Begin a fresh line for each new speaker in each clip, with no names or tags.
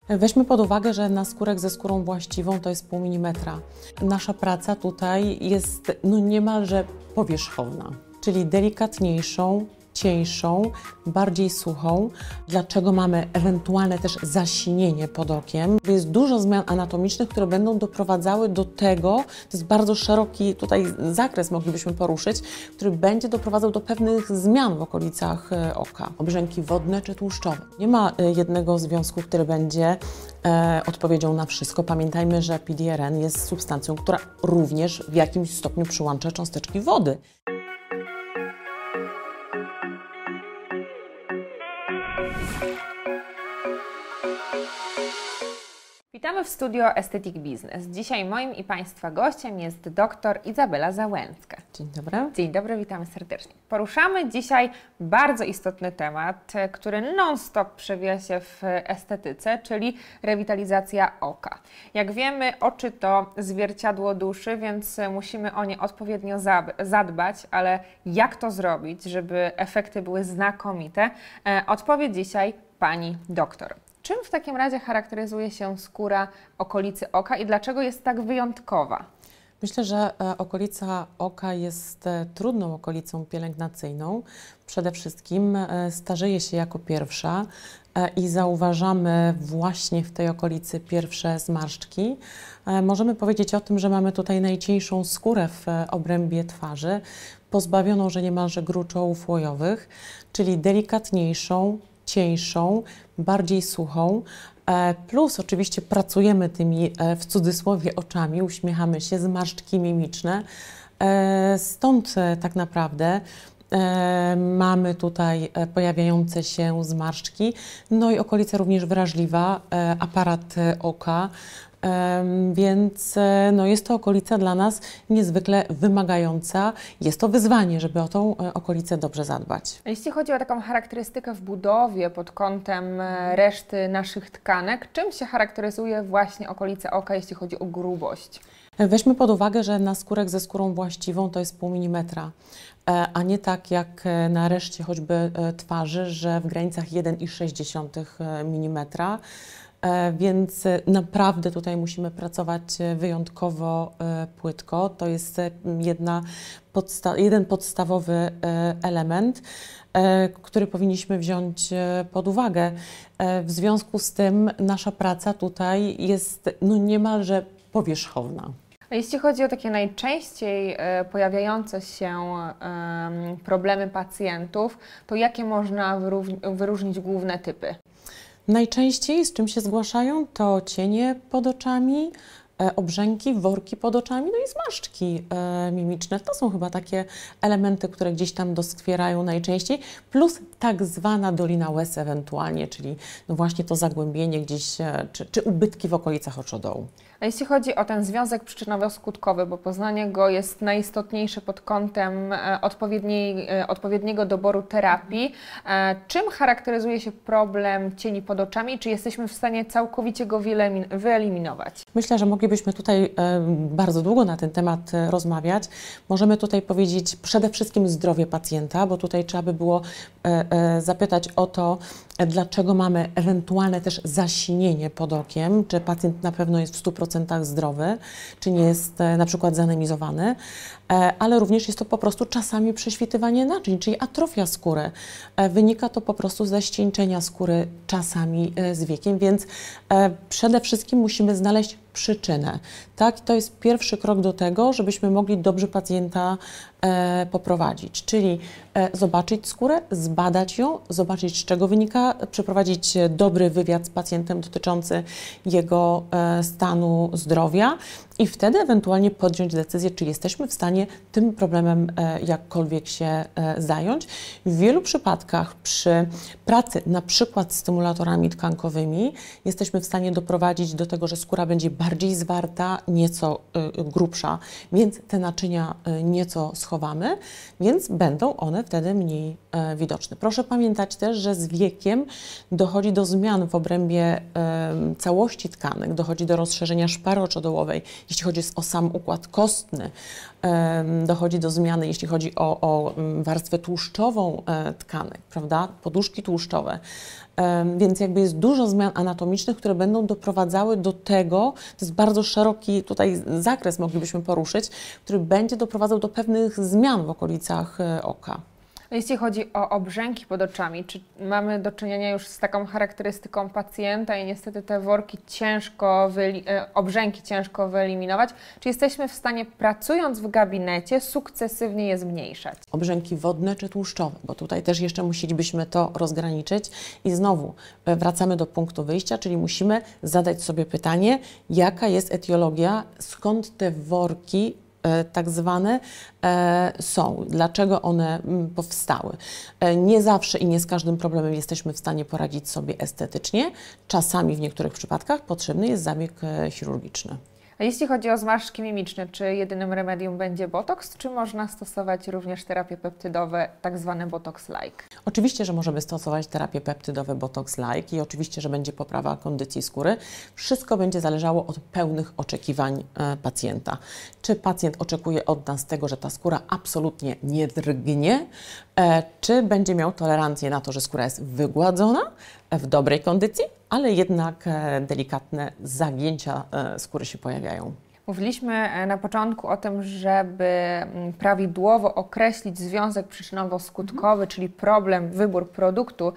Weźmy pod uwagę, że naskórek ze skórą właściwą to jest 0,5 mm. Nasza praca tutaj jest niemalże powierzchowna, czyli delikatniejszą, cieńszą, bardziej suchą. Dlaczego mamy ewentualne też zasinienie pod okiem? Jest dużo zmian anatomicznych, które będą doprowadzały do tego, to jest bardzo szeroki tutaj zakres moglibyśmy poruszyć, który będzie doprowadzał do pewnych zmian w okolicach oka. Obrzęki wodne czy tłuszczowe. Nie ma jednego związku, który będzie odpowiedzią na wszystko. Pamiętajmy, że PDRN jest substancją, która również w jakimś stopniu przyłącza cząsteczki wody.
Witamy w studio Aesthetic Business. Dzisiaj moim i Państwa gościem jest dr Izabela Załęcka.
Dzień dobry.
Dzień dobry, witamy serdecznie. Poruszamy dzisiaj bardzo istotny temat, który non-stop przewija się w estetyce, czyli rewitalizacja oka. Jak wiemy, oczy to zwierciadło duszy, więc musimy o nie odpowiednio zadbać, ale jak to zrobić, żeby efekty były znakomite? Odpowie dzisiaj Pani doktor. Czym w takim razie charakteryzuje się skóra okolicy oka i dlaczego jest tak wyjątkowa?
Myślę, że okolica oka jest trudną okolicą pielęgnacyjną. Przede wszystkim starzeje się jako pierwsza i zauważamy właśnie w tej okolicy pierwsze zmarszczki. Możemy powiedzieć o tym, że mamy tutaj najcieńszą skórę w obrębie twarzy, pozbawioną, że niemalże gruczołów łojowych, czyli delikatniejszą, cieńszą, bardziej suchą, plus oczywiście pracujemy tymi w cudzysłowie oczami, uśmiechamy się, zmarszczki mimiczne, stąd tak naprawdę mamy tutaj pojawiające się zmarszczki, no i okolica również wrażliwa, aparat oka, więc jest to okolica dla nas niezwykle wymagająca. Jest to wyzwanie, żeby o tą okolicę dobrze zadbać.
Jeśli chodzi o taką charakterystykę w budowie pod kątem reszty naszych tkanek, czym się charakteryzuje właśnie okolica oka, jeśli chodzi o grubość?
Weźmy pod uwagę, że naskórek ze skórą właściwą to jest 0,5 mm, a nie tak jak na reszcie choćby twarzy, że w granicach 1,6 mm. Więc naprawdę tutaj musimy pracować wyjątkowo płytko. To jest jeden podstawowy element, który powinniśmy wziąć pod uwagę. W związku z tym nasza praca tutaj jest niemalże powierzchowna.
A jeśli chodzi o takie najczęściej pojawiające się problemy pacjentów, to jakie można wyróżnić główne typy?
Najczęściej z czym się zgłaszają to cienie pod oczami, obrzęki, worki pod oczami, no i zmarszczki mimiczne. To są chyba takie elementy, które gdzieś tam doskwierają najczęściej, plus tak zwana dolina łez ewentualnie, czyli właśnie to zagłębienie gdzieś, czy ubytki w okolicach oczodołu.
A jeśli chodzi o ten związek przyczynowo-skutkowy, bo poznanie go jest najistotniejsze pod kątem odpowiedniego doboru terapii, czym charakteryzuje się problem cieni pod oczami? Czy jesteśmy w stanie całkowicie go wyeliminować?
Myślę, że moglibyśmy tutaj bardzo długo na ten temat rozmawiać. Możemy tutaj powiedzieć przede wszystkim zdrowie pacjenta, bo tutaj trzeba by było zapytać o to, dlaczego mamy ewentualne też zasinienie pod okiem, czy pacjent na pewno jest w 100% zdrowy, czy nie jest na przykład zanemizowany, ale również jest to po prostu czasami prześwitywanie naczyń, czyli atrofia skóry. Wynika to po prostu ze ścieńczenia skóry czasami z wiekiem, więc przede wszystkim musimy znaleźć przyczynę. Tak? To jest pierwszy krok do tego, żebyśmy mogli dobrze pacjenta poprowadzić, czyli zobaczyć skórę, zbadać ją, zobaczyć z czego wynika, przeprowadzić dobry wywiad z pacjentem dotyczący jego stanu zdrowia i wtedy ewentualnie podjąć decyzję, czy jesteśmy w stanie tym problemem jakkolwiek się zająć. W wielu przypadkach przy pracy na przykład z stymulatorami tkankowymi jesteśmy w stanie doprowadzić do tego, że skóra będzie bardziej zwarta, nieco grubsza, więc te naczynia nieco schowamy, więc będą one wtedy mniej widoczne. Proszę pamiętać też, że z wiekiem dochodzi do zmian w obrębie całości tkanek, dochodzi do rozszerzenia szpary oczodołowej, jeśli chodzi o sam układ kostny, dochodzi do zmiany, jeśli chodzi o warstwę tłuszczową tkanek, prawda? Poduszki tłuszczowe. Więc jakby jest dużo zmian anatomicznych, które będą doprowadzały do tego, to jest bardzo szeroki tutaj zakres moglibyśmy poruszyć, który będzie doprowadzał do pewnych zmian w okolicach oka.
Jeśli chodzi o obrzęki pod oczami, czy mamy do czynienia już z taką charakterystyką pacjenta i niestety te obrzęki ciężko wyeliminować, czy jesteśmy w stanie, pracując w gabinecie, sukcesywnie je zmniejszać?
Obrzęki wodne czy tłuszczowe, bo tutaj też jeszcze musielibyśmy to rozgraniczyć i znowu wracamy do punktu wyjścia, czyli musimy zadać sobie pytanie, jaka jest etiologia, skąd te worki tak zwane są, dlaczego one powstały. Nie zawsze i nie z każdym problemem jesteśmy w stanie poradzić sobie estetycznie. Czasami w niektórych przypadkach potrzebny jest zabieg chirurgiczny.
A jeśli chodzi o zmarszczki mimiczne, czy jedynym remedium będzie botoks, czy można stosować również terapie peptydowe, tak zwane botox-like?
Oczywiście, że możemy stosować terapie peptydowe botox-like i oczywiście, że będzie poprawa kondycji skóry. Wszystko będzie zależało od pełnych oczekiwań pacjenta. Czy pacjent oczekuje od nas tego, że ta skóra absolutnie nie drgnie, czy będzie miał tolerancję na to, że skóra jest wygładzona, w dobrej kondycji, ale jednak delikatne zagięcia skóry się pojawiają.
Mówiliśmy na początku o tym, żeby prawidłowo określić związek przyczynowo-skutkowy, czyli problem, wybór produktu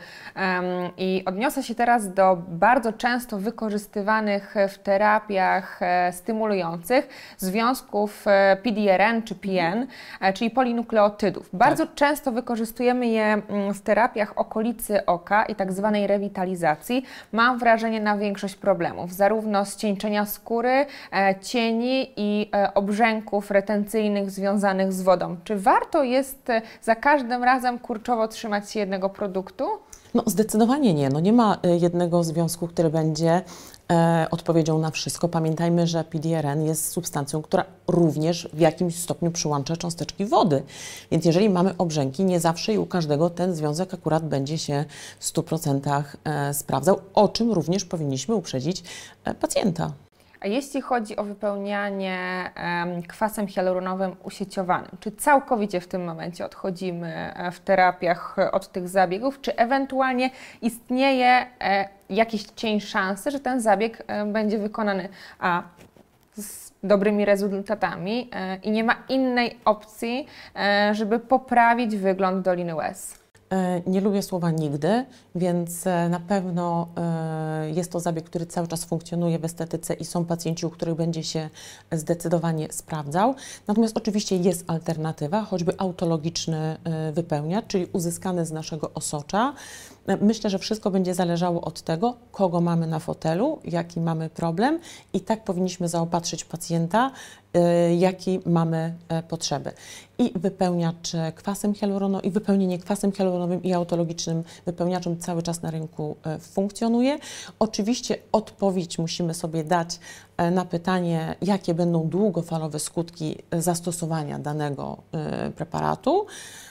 i odniosę się teraz do bardzo często wykorzystywanych w terapiach stymulujących związków PDRN czy PN, czyli polinukleotydów. Bardzo często wykorzystujemy je w terapiach okolicy oka i tak zwanej rewitalizacji. Mam wrażenie na większość problemów, zarówno ścieńczenia skóry, cieni i obrzęków retencyjnych związanych z wodą. Czy warto jest za każdym razem kurczowo trzymać się jednego produktu?
No zdecydowanie nie. No nie ma jednego związku, który będzie odpowiedzią na wszystko. Pamiętajmy, że PDRN jest substancją, która również w jakimś stopniu przyłącza cząsteczki wody. Więc jeżeli mamy obrzęki, nie zawsze i u każdego ten związek akurat będzie się w 100% sprawdzał, o czym również powinniśmy uprzedzić pacjenta.
A jeśli chodzi o wypełnianie kwasem hialuronowym usieciowanym, czy całkowicie w tym momencie odchodzimy w terapiach od tych zabiegów, czy ewentualnie istnieje jakiś cień szansy, że ten zabieg będzie wykonany z dobrymi rezultatami i nie ma innej opcji, żeby poprawić wygląd Doliny Łez?
Nie lubię słowa nigdy, więc na pewno jest to zabieg, który cały czas funkcjonuje w estetyce i są pacjenci, u których będzie się zdecydowanie sprawdzał. Natomiast oczywiście jest alternatywa, choćby autologiczny wypełniacz, czyli uzyskany z naszego osocza. Myślę, że wszystko będzie zależało od tego, kogo mamy na fotelu, jaki mamy problem i tak powinniśmy zaopatrzyć pacjenta, jaki mamy potrzeby. I wypełniacz kwasem hialuronowym, i wypełnienie kwasem hialuronowym i autologicznym wypełniaczem cały czas na rynku funkcjonuje. Oczywiście odpowiedź musimy sobie dać na pytanie, jakie będą długofalowe skutki zastosowania danego preparatu,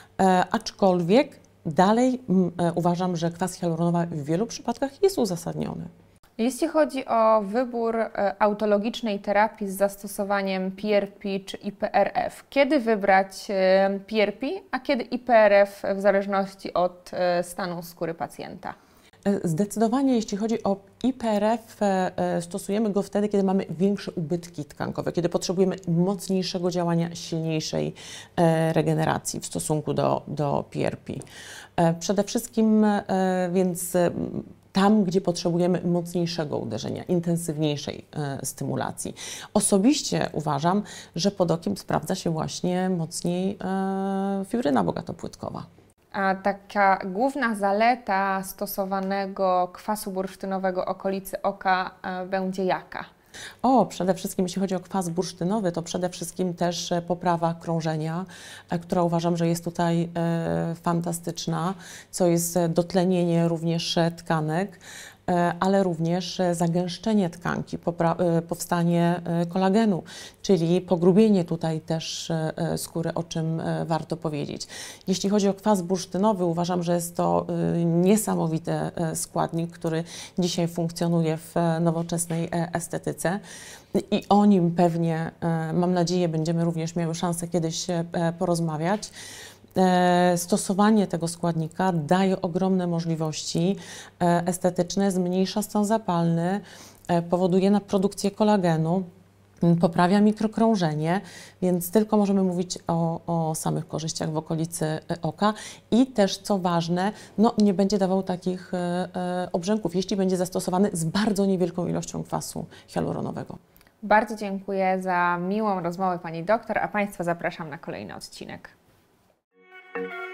aczkolwiek dalej uważam, że kwas hialuronowy w wielu przypadkach jest uzasadniony.
Jeśli chodzi o wybór autologicznej terapii z zastosowaniem PRP czy IPRF, kiedy wybrać PRP, a kiedy IPRF w zależności od stanu skóry pacjenta?
Zdecydowanie jeśli chodzi o IPRF, stosujemy go wtedy, kiedy mamy większe ubytki tkankowe, kiedy potrzebujemy mocniejszego działania, silniejszej regeneracji w stosunku do PRP. Przede wszystkim więc tam, gdzie potrzebujemy mocniejszego uderzenia, intensywniejszej stymulacji. Osobiście uważam, że pod okiem sprawdza się właśnie mocniej fibryna bogatopłytkowa.
A taka główna zaleta stosowanego kwasu bursztynowego okolicy oka będzie jaka?
Przede wszystkim jeśli chodzi o kwas bursztynowy, to przede wszystkim też poprawa krążenia, która uważam, że jest tutaj fantastyczna, co jest dotlenienie również tkanek, ale również zagęszczenie tkanki, powstanie kolagenu, czyli pogrubienie tutaj też skóry, o czym warto powiedzieć. Jeśli chodzi o kwas bursztynowy, uważam, że jest to niesamowity składnik, który dzisiaj funkcjonuje w nowoczesnej estetyce i o nim pewnie, mam nadzieję, będziemy również miały szansę kiedyś porozmawiać. Stosowanie tego składnika daje ogromne możliwości estetyczne, zmniejsza stan zapalny, powoduje nadprodukcję kolagenu, poprawia mikrokrążenie, więc tylko możemy mówić o samych korzyściach w okolicy oka i też, co ważne, no, nie będzie dawał takich obrzęków, jeśli będzie zastosowany z bardzo niewielką ilością kwasu hialuronowego.
Bardzo dziękuję za miłą rozmowę Pani doktor, a Państwa zapraszam na kolejny odcinek.